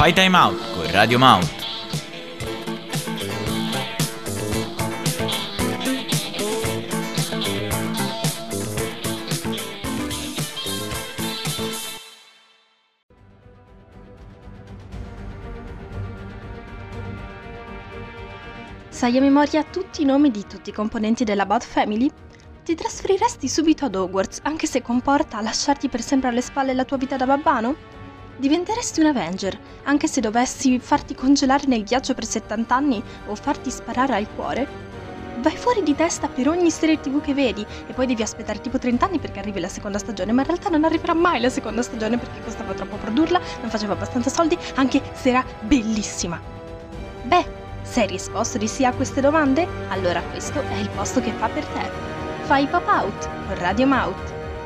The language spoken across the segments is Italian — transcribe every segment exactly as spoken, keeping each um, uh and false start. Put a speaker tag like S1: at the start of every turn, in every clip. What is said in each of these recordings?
S1: Fai Time Out con Radio Mount.
S2: Sai a memoria tutti i nomi di tutti i componenti della Bat Family? Ti trasferiresti subito ad Hogwarts, anche se comporta lasciarti per sempre alle spalle la tua vita da babbano? Diventeresti un Avenger, anche se dovessi farti congelare nel ghiaccio per settanta anni o farti sparare al cuore? Vai fuori di testa per ogni serie tivù che vedi e poi devi aspettare tipo trenta anni perché arrivi la seconda stagione, ma in realtà non arriverà mai la seconda stagione perché costava troppo produrla, non faceva abbastanza soldi, anche se era bellissima. Beh, sei risposto di sì a queste domande? Allora questo è il posto che fa per te. Fai Pop Out con Radio Mount.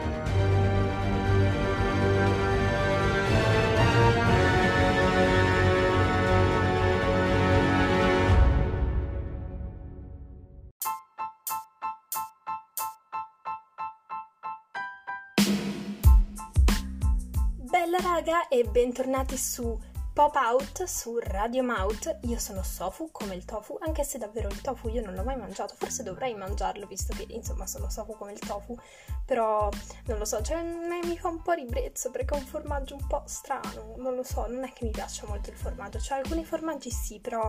S2: Bella raga e bentornati su Pop Out su Radio Mount. Io sono Sofu, come il tofu, anche se davvero il tofu io non l'ho mai mangiato, forse dovrei mangiarlo visto che insomma sono Sofu come il tofu, però non lo so, cioè mi fa un po' ribrezzo perché è un formaggio un po' strano, non lo so, non è che mi piaccia molto il formaggio, cioè alcuni formaggi sì, però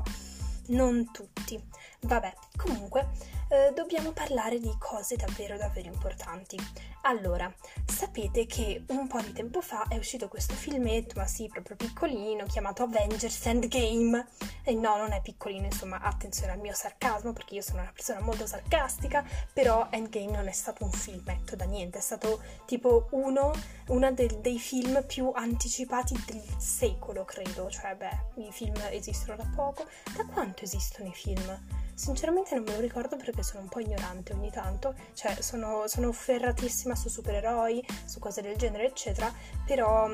S2: non tutti. Vabbè, comunque eh, dobbiamo parlare di cose davvero davvero importanti. Allora, sapete che un po' di tempo fa è uscito questo filmetto, ma sì, proprio piccolino, chiamato Avengers Endgame. E no, non è piccolino, insomma, attenzione al mio sarcasmo, perché io sono una persona molto sarcastica, però Endgame non è stato un filmetto da niente, è stato tipo uno, uno del, dei film più anticipati del secolo, credo. Cioè, beh, i film esistono da poco. Da quanto esistono i film? Sinceramente non me lo ricordo perché sono un po' ignorante ogni tanto, cioè sono, sono ferratissima su supereroi, su cose del genere eccetera, però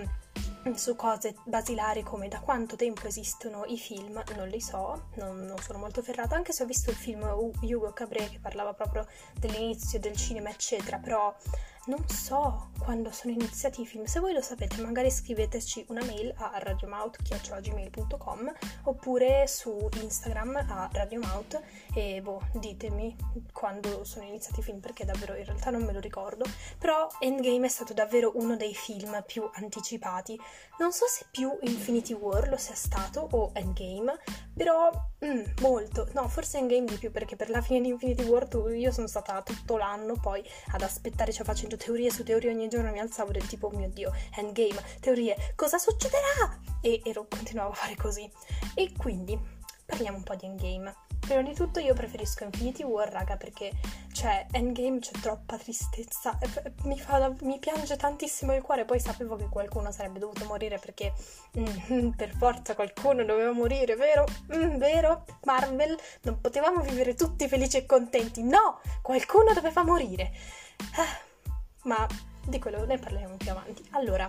S2: su cose basilari come da quanto tempo esistono i film non li so, non, non sono molto ferrata, anche se ho visto il film Hugo Cabret che parlava proprio dell'inizio del cinema eccetera, però non so quando sono iniziati i film. Se voi lo sapete magari scriveteci una mail a radiomouth chiocciola gmail punto com oppure su Instagram a radiomouth e boh, ditemi quando sono iniziati i film perché davvero in realtà non me lo ricordo. Però Endgame è stato davvero uno dei film più anticipati. Non so se più Infinity War lo sia stato o Endgame, però mm, molto, no, forse Endgame di più perché per la fine di Infinity War tu, io sono stata tutto l'anno poi ad aspettare, cioè facendo teorie su teorie ogni giorno, mi alzavo del tipo oh mio dio, Endgame, teorie, cosa succederà? E ero, continuavo a fare così. E quindi parliamo un po' di Endgame. Prima di tutto io preferisco Infinity War, raga, perché cioè Endgame c'è troppa tristezza, mi, fa, mi piange tantissimo il cuore. Poi sapevo che qualcuno sarebbe dovuto morire perché mm, per forza qualcuno doveva morire, vero? Mm, vero? Marvel, non potevamo vivere tutti felici e contenti, no! Qualcuno doveva morire. Ah, ma di quello ne parleremo più avanti. Allora,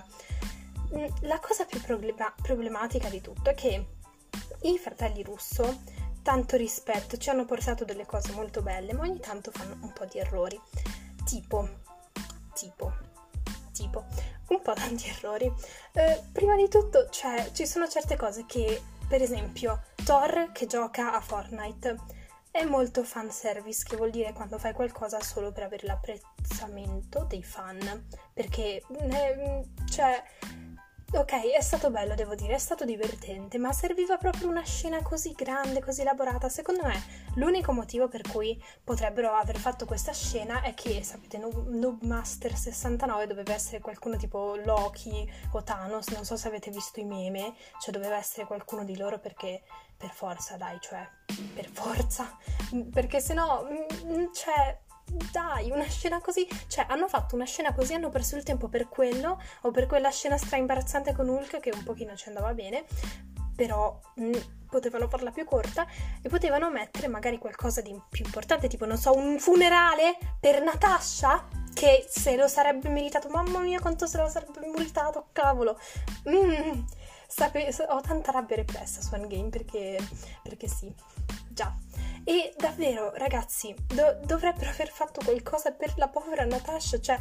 S2: la cosa più problema- problematica di tutto è che i fratelli Russo, tanto rispetto, ci hanno portato delle cose molto belle, ma ogni tanto fanno un po' di errori. Tipo, tipo, tipo, un po' tanti errori. Eh, prima di tutto, cioè, ci sono certe cose che, per esempio, Thor che gioca a Fortnite è molto fanservice, che vuol dire quando fai qualcosa solo per avere l'apprezzamento dei fan, perché, eh, cioè, ok, è stato bello, devo dire, è stato divertente, ma serviva proprio una scena così grande, così elaborata. Secondo me l'unico motivo per cui potrebbero aver fatto questa scena è che, sapete, Noobmaster sessantanove doveva essere qualcuno tipo Loki o Thanos, non so se avete visto i meme, cioè doveva essere qualcuno di loro perché per forza, dai, cioè, per forza, perché sennò, cioè... dai, una scena così, cioè hanno fatto una scena così, hanno perso il tempo per quello o per quella scena stra imbarazzante con Hulk che un pochino ci andava bene, però mh, potevano farla più corta e potevano mettere magari qualcosa di più importante, tipo non so, un funerale per Natasha che se lo sarebbe meritato, mamma mia quanto se lo sarebbe meritato, cavolo. mm, sape- ho tanta rabbia repressa su Endgame perché, perché sì, già. E davvero, ragazzi, do- dovrebbero aver fatto qualcosa per la povera Natasha, cioè,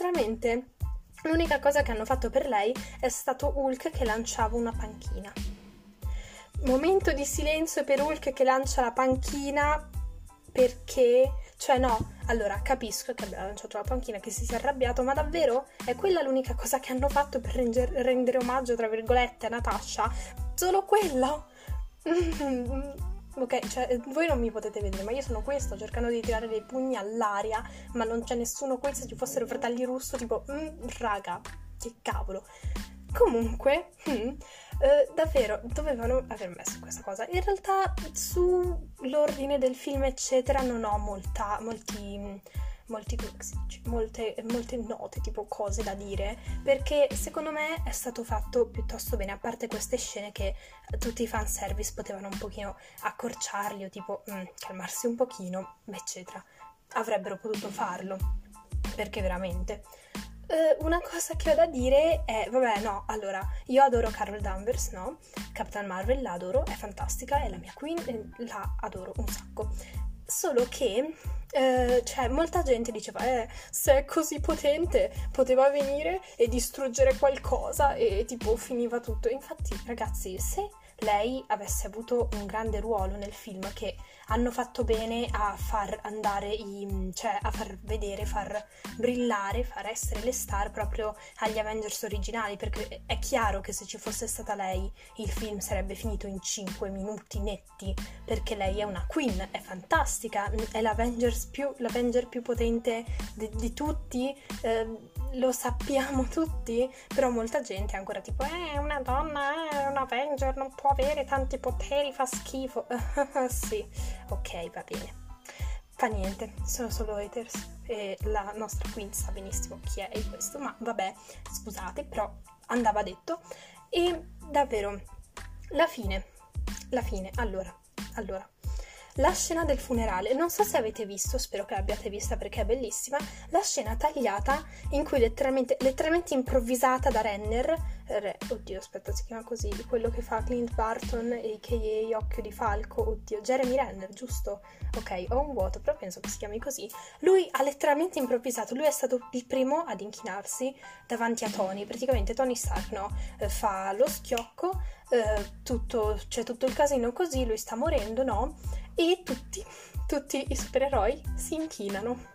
S2: letteralmente, l'unica cosa che hanno fatto per lei è stato Hulk che lanciava una panchina. momento di silenzio per Hulk che lancia la panchina perché, cioè no, allora capisco che abbia lanciato la panchina, che si sia arrabbiato, ma davvero è quella l'unica cosa che hanno fatto per renger- rendere omaggio, tra virgolette, a Natasha? Solo quello? Ok, cioè voi non mi potete vedere, ma io sono qui, sto cercando di tirare dei pugni all'aria, ma non c'è nessuno qui. Se ci fossero fratelli russo, tipo, mm, raga, che cavolo. Comunque, hmm, eh, davvero, dovevano aver messo questa cosa. In realtà, sull'ordine del film, eccetera, non ho molta, molti, molti, come si dice, molte, molte note, tipo cose da dire, perché secondo me è stato fatto piuttosto bene, a parte queste scene che tutti i fanservice potevano un pochino accorciarli o tipo mm, calmarsi un pochino, eccetera. Avrebbero potuto farlo, perché veramente... Uh, una cosa che ho da dire è, vabbè, no, allora, io adoro Carol Danvers, no? Capitan Marvel la adoro, è fantastica, è la mia queen, la adoro un sacco. Solo che, uh, cioè, molta gente diceva, eh, se è così potente, poteva venire e distruggere qualcosa e, tipo, finiva tutto. Infatti, ragazzi, se lei avesse avuto un grande ruolo nel film, che hanno fatto bene a far andare i, cioè a far vedere, far brillare, far essere le star proprio agli Avengers originali, perché è chiaro che se ci fosse stata lei il film sarebbe finito in cinque minuti netti, perché lei è una queen, è fantastica, è l'Avengers più, l'Avenger più potente di, di tutti, eh, lo sappiamo tutti, però molta gente è ancora tipo eh, una donna, è un Avenger, non può avere tanti poteri, fa schifo. Sì, ok, va bene, fa niente, sono solo haters e la nostra queen sa benissimo chi è in questo, ma vabbè, scusate, però andava detto. E davvero, la fine, la fine, allora, allora la scena del funerale, non so se avete visto, spero che l'abbiate vista perché è bellissima, la scena tagliata in cui letteralmente, letteralmente improvvisata da Renner, Re, oddio aspetta si chiama così, quello che fa Clint Barton a k a Occhio di Falco, oddio, Jeremy Renner, giusto? Ok, ho un vuoto, però penso che si chiami così. Lui ha letteralmente improvvisato, lui è stato il primo ad inchinarsi davanti a Tony, praticamente Tony Stark, no? Eh, fa lo schiocco, eh, tutto, c'è tutto il casino così, lui sta morendo, no? E tutti, tutti i supereroi si inchinano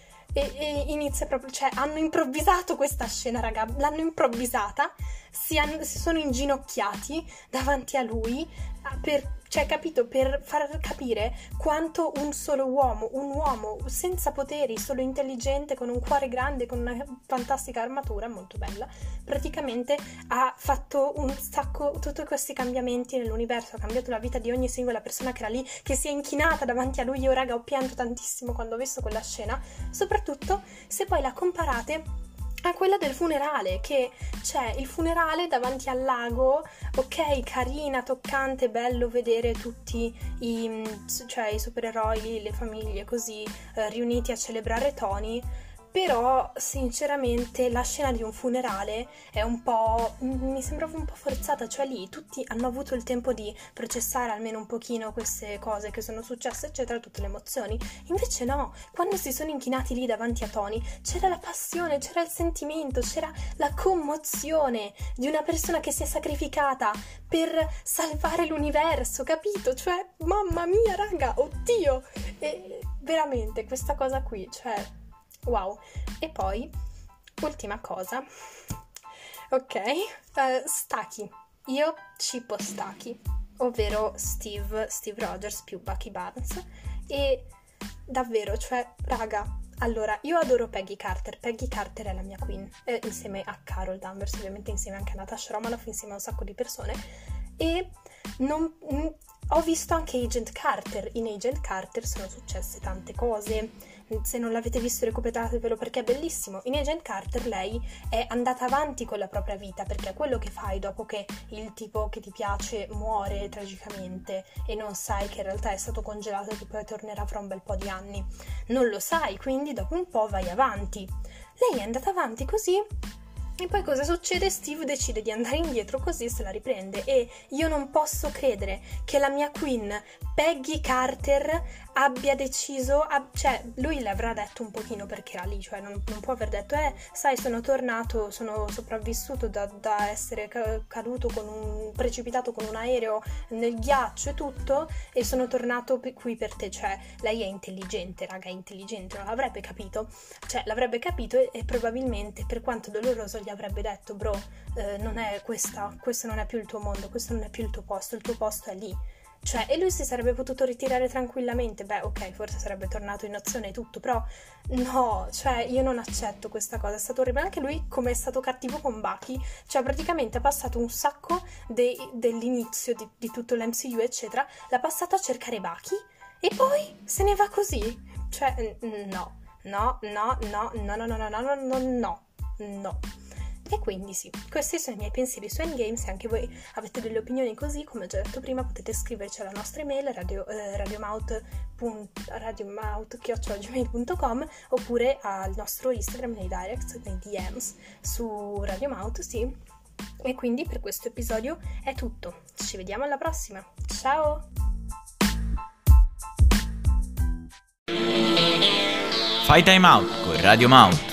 S2: e, e inizia proprio, cioè hanno improvvisato questa scena, raga, l'hanno improvvisata, si, hanno, si sono inginocchiati davanti a lui per, cioè capito, per far capire quanto un solo uomo, un uomo senza poteri, solo intelligente, con un cuore grande, con una fantastica armatura molto bella, praticamente ha fatto un sacco, tutti questi cambiamenti nell'universo, ha cambiato la vita di ogni singola persona che era lì, che si è inchinata davanti a lui. Io raga ho pianto tantissimo quando ho visto quella scena, soprattutto se poi la comparate a quella del funerale, che c'è il funerale davanti al lago, ok, carina, toccante, bello vedere tutti i, cioè, i supereroi, le famiglie così eh, riuniti a celebrare Tony, però sinceramente la scena di un funerale è un po', mi sembrava un po' forzata, cioè lì tutti hanno avuto il tempo di processare almeno un pochino queste cose che sono successe eccetera, tutte le emozioni. Invece no, quando si sono inchinati lì davanti a Tony c'era la passione, c'era il sentimento, c'era la commozione di una persona che si è sacrificata per salvare l'universo, capito? Cioè mamma mia raga, oddio, e veramente questa cosa qui, cioè wow. E poi ultima cosa, ok, uh, Stachy, io cippo Stachy, ovvero Steve Steve Rogers più Bucky Barnes, e davvero, cioè raga, allora io adoro Peggy Carter, Peggy Carter è la mia queen, eh, insieme a Carol Danvers, ovviamente insieme anche a Natasha Romanoff, insieme a un sacco di persone, e non, mh, ho visto anche Agent Carter. In Agent Carter sono successe tante cose, se non l'avete visto recuperatevelo perché è bellissimo. In Agent Carter lei è andata avanti con la propria vita, perché è quello che fai dopo che il tipo che ti piace muore tragicamente e non sai che in realtà è stato congelato e che poi tornerà fra un bel po' di anni, non lo sai, quindi dopo un po' vai avanti. Lei è andata avanti così e poi cosa succede? Steve decide di andare indietro così se la riprende, e io non posso credere che la mia queen Peggy Carter abbia deciso, ab- cioè lui le avrà detto un pochino perché era lì, cioè non, non può aver detto eh sai sono tornato, sono sopravvissuto da, da essere ca- caduto con un precipitato con un aereo nel ghiaccio e tutto e sono tornato p- qui per te, cioè lei è intelligente, raga, è intelligente, non l'avrebbe capito, cioè l'avrebbe capito e, e probabilmente per quanto doloroso gli avrebbe detto bro eh, non è questa, questo non è più il tuo mondo, questo non è più il tuo posto, il tuo posto è lì. Cioè, e lui si sarebbe potuto ritirare tranquillamente, beh ok, forse sarebbe tornato in azione e tutto, però no, cioè io non accetto questa cosa, è stato orribile, anche lui come è stato cattivo con Bucky, cioè praticamente ha passato un sacco de- dell'inizio di, di tutto l'M C U eccetera, l'ha passato a cercare Bucky e poi se ne va così, cioè no, no, no, no, no, no, no, no, no, no, no, no. E quindi sì, questi sono i miei pensieri su Endgame. Se anche voi avete delle opinioni così, come ho già detto prima, potete scriverci alla nostra email radio, eh, radiomout chiocciola gmail punto com oppure al nostro Instagram nei direct, nei D Ms su Radiomout, sì. E quindi per questo episodio è tutto. Ci vediamo alla prossima. Ciao!
S1: Fai time out con Radio Mount.